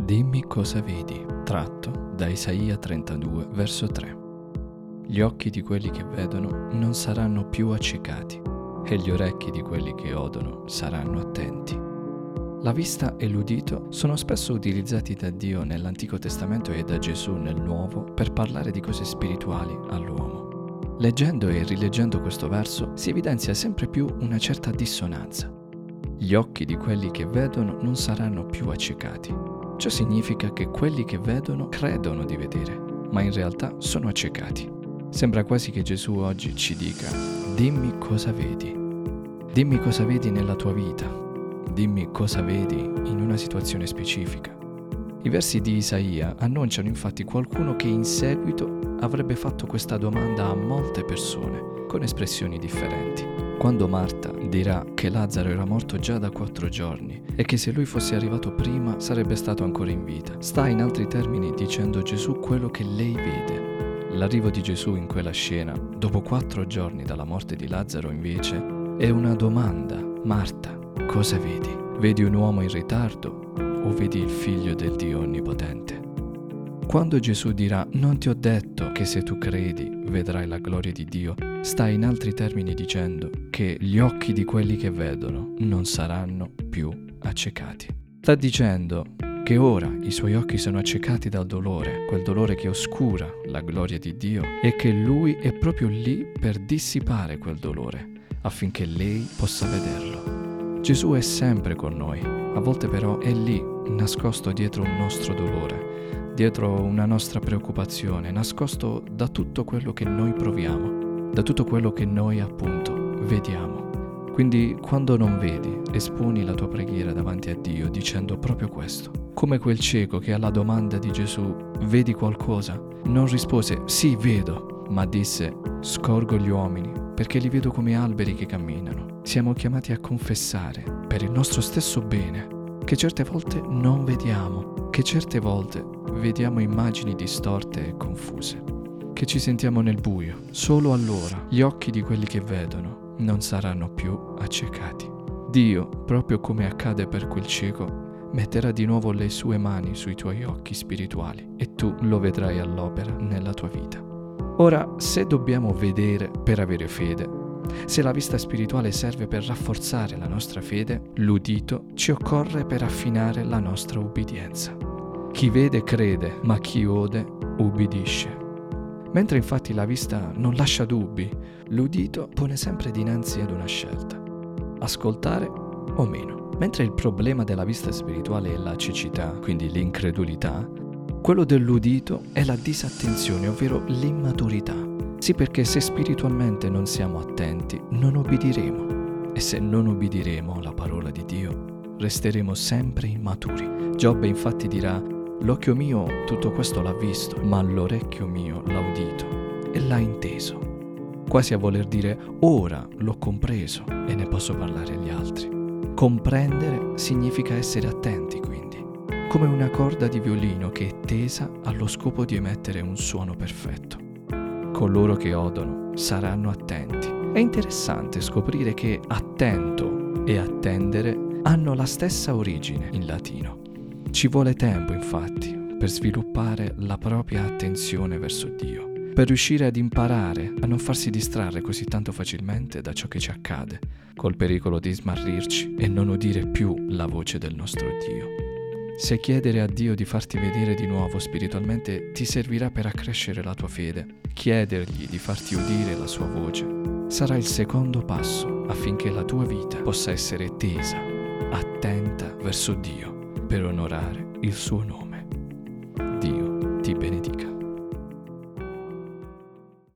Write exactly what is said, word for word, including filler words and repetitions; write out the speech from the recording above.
Dimmi cosa vedi, tratto da Isaia trentadue, verso tre. Gli occhi di quelli che vedono non saranno più accecati, e gli orecchi di quelli che odono saranno attenti. La vista e l'udito sono spesso utilizzati da Dio nell'Antico Testamento e da Gesù nel Nuovo per parlare di cose spirituali all'uomo. Leggendo e rileggendo questo verso si evidenzia sempre più una certa dissonanza. Gli occhi di quelli che vedono non saranno più accecati. Ciò significa che quelli che vedono credono di vedere, ma in realtà sono accecati. Sembra quasi che Gesù oggi ci dica: dimmi cosa vedi. Dimmi cosa vedi nella tua vita. Dimmi cosa vedi in una situazione specifica. I versi di Isaia annunciano infatti qualcuno che in seguito avrebbe fatto questa domanda a molte persone, con espressioni differenti. Quando Marta dirà che Lazzaro era morto già da quattro giorni e che se lui fosse arrivato prima sarebbe stato ancora in vita, sta in altri termini dicendo a Gesù quello che lei vede. L'arrivo di Gesù in quella scena, dopo quattro giorni dalla morte di Lazzaro invece, è una domanda. Marta, cosa vedi? Vedi un uomo in ritardo o vedi il figlio del Dio Onnipotente? Quando Gesù dirà non ti ho detto che se tu credi vedrai la gloria di Dio, sta in altri termini dicendo che gli occhi di quelli che vedono non saranno più accecati. Sta dicendo che ora i suoi occhi sono accecati dal dolore, quel dolore che oscura la gloria di Dio, e che Lui è proprio lì per dissipare quel dolore, affinché lei possa vederlo. Gesù è sempre con noi, a volte però è lì, nascosto dietro un nostro dolore, dietro una nostra preoccupazione, nascosto da tutto quello che noi proviamo, da tutto quello che noi appunto vediamo. Quindi quando non vedi, esponi la tua preghiera davanti a Dio dicendo proprio questo. Come quel cieco che alla domanda di Gesù, vedi qualcosa? Non rispose, sì, vedo, ma disse, scorgo gli uomini, perché li vedo come alberi che camminano. Siamo chiamati a confessare, per il nostro stesso bene, che certe volte non vediamo, che certe volte vediamo immagini distorte e confuse, che ci sentiamo nel buio. Solo allora gli occhi di quelli che vedono non saranno più accecati. Dio, proprio come accade per quel cieco, metterà di nuovo le sue mani sui tuoi occhi spirituali e tu lo vedrai all'opera nella tua vita. Ora, se dobbiamo vedere per avere fede, se la vista spirituale serve per rafforzare la nostra fede, l'udito ci occorre per affinare la nostra ubbidienza. Chi vede crede, ma chi ode ubbidisce. Mentre infatti la vista non lascia dubbi, l'udito pone sempre dinanzi ad una scelta: ascoltare o meno. Mentre il problema della vista spirituale è la cecità, quindi l'incredulità, quello dell'udito è la disattenzione, ovvero l'immaturità. Sì, perché se spiritualmente non siamo attenti, non ubbidiremo. E se non ubbidiremo alla parola di Dio, resteremo sempre immaturi. Giobbe infatti dirà: l'occhio mio tutto questo l'ha visto, ma l'orecchio mio l'ha udito e l'ha inteso. Quasi a voler dire: ora l'ho compreso e ne posso parlare agli altri. Comprendere significa essere attenti, quindi, come una corda di violino che è tesa allo scopo di emettere un suono perfetto. Coloro che odono saranno attenti. È interessante scoprire che attento e attendere hanno la stessa origine in latino. Ci vuole tempo, infatti, per sviluppare la propria attenzione verso Dio, per riuscire ad imparare a non farsi distrarre così tanto facilmente da ciò che ci accade, col pericolo di smarrirci e non udire più la voce del nostro Dio. Se chiedere a Dio di farti vedere di nuovo spiritualmente ti servirà per accrescere la tua fede, chiedergli di farti udire la sua voce sarà il secondo passo affinché la tua vita possa essere tesa, attenta verso Dio, per onorare il suo nome. Dio ti benedica.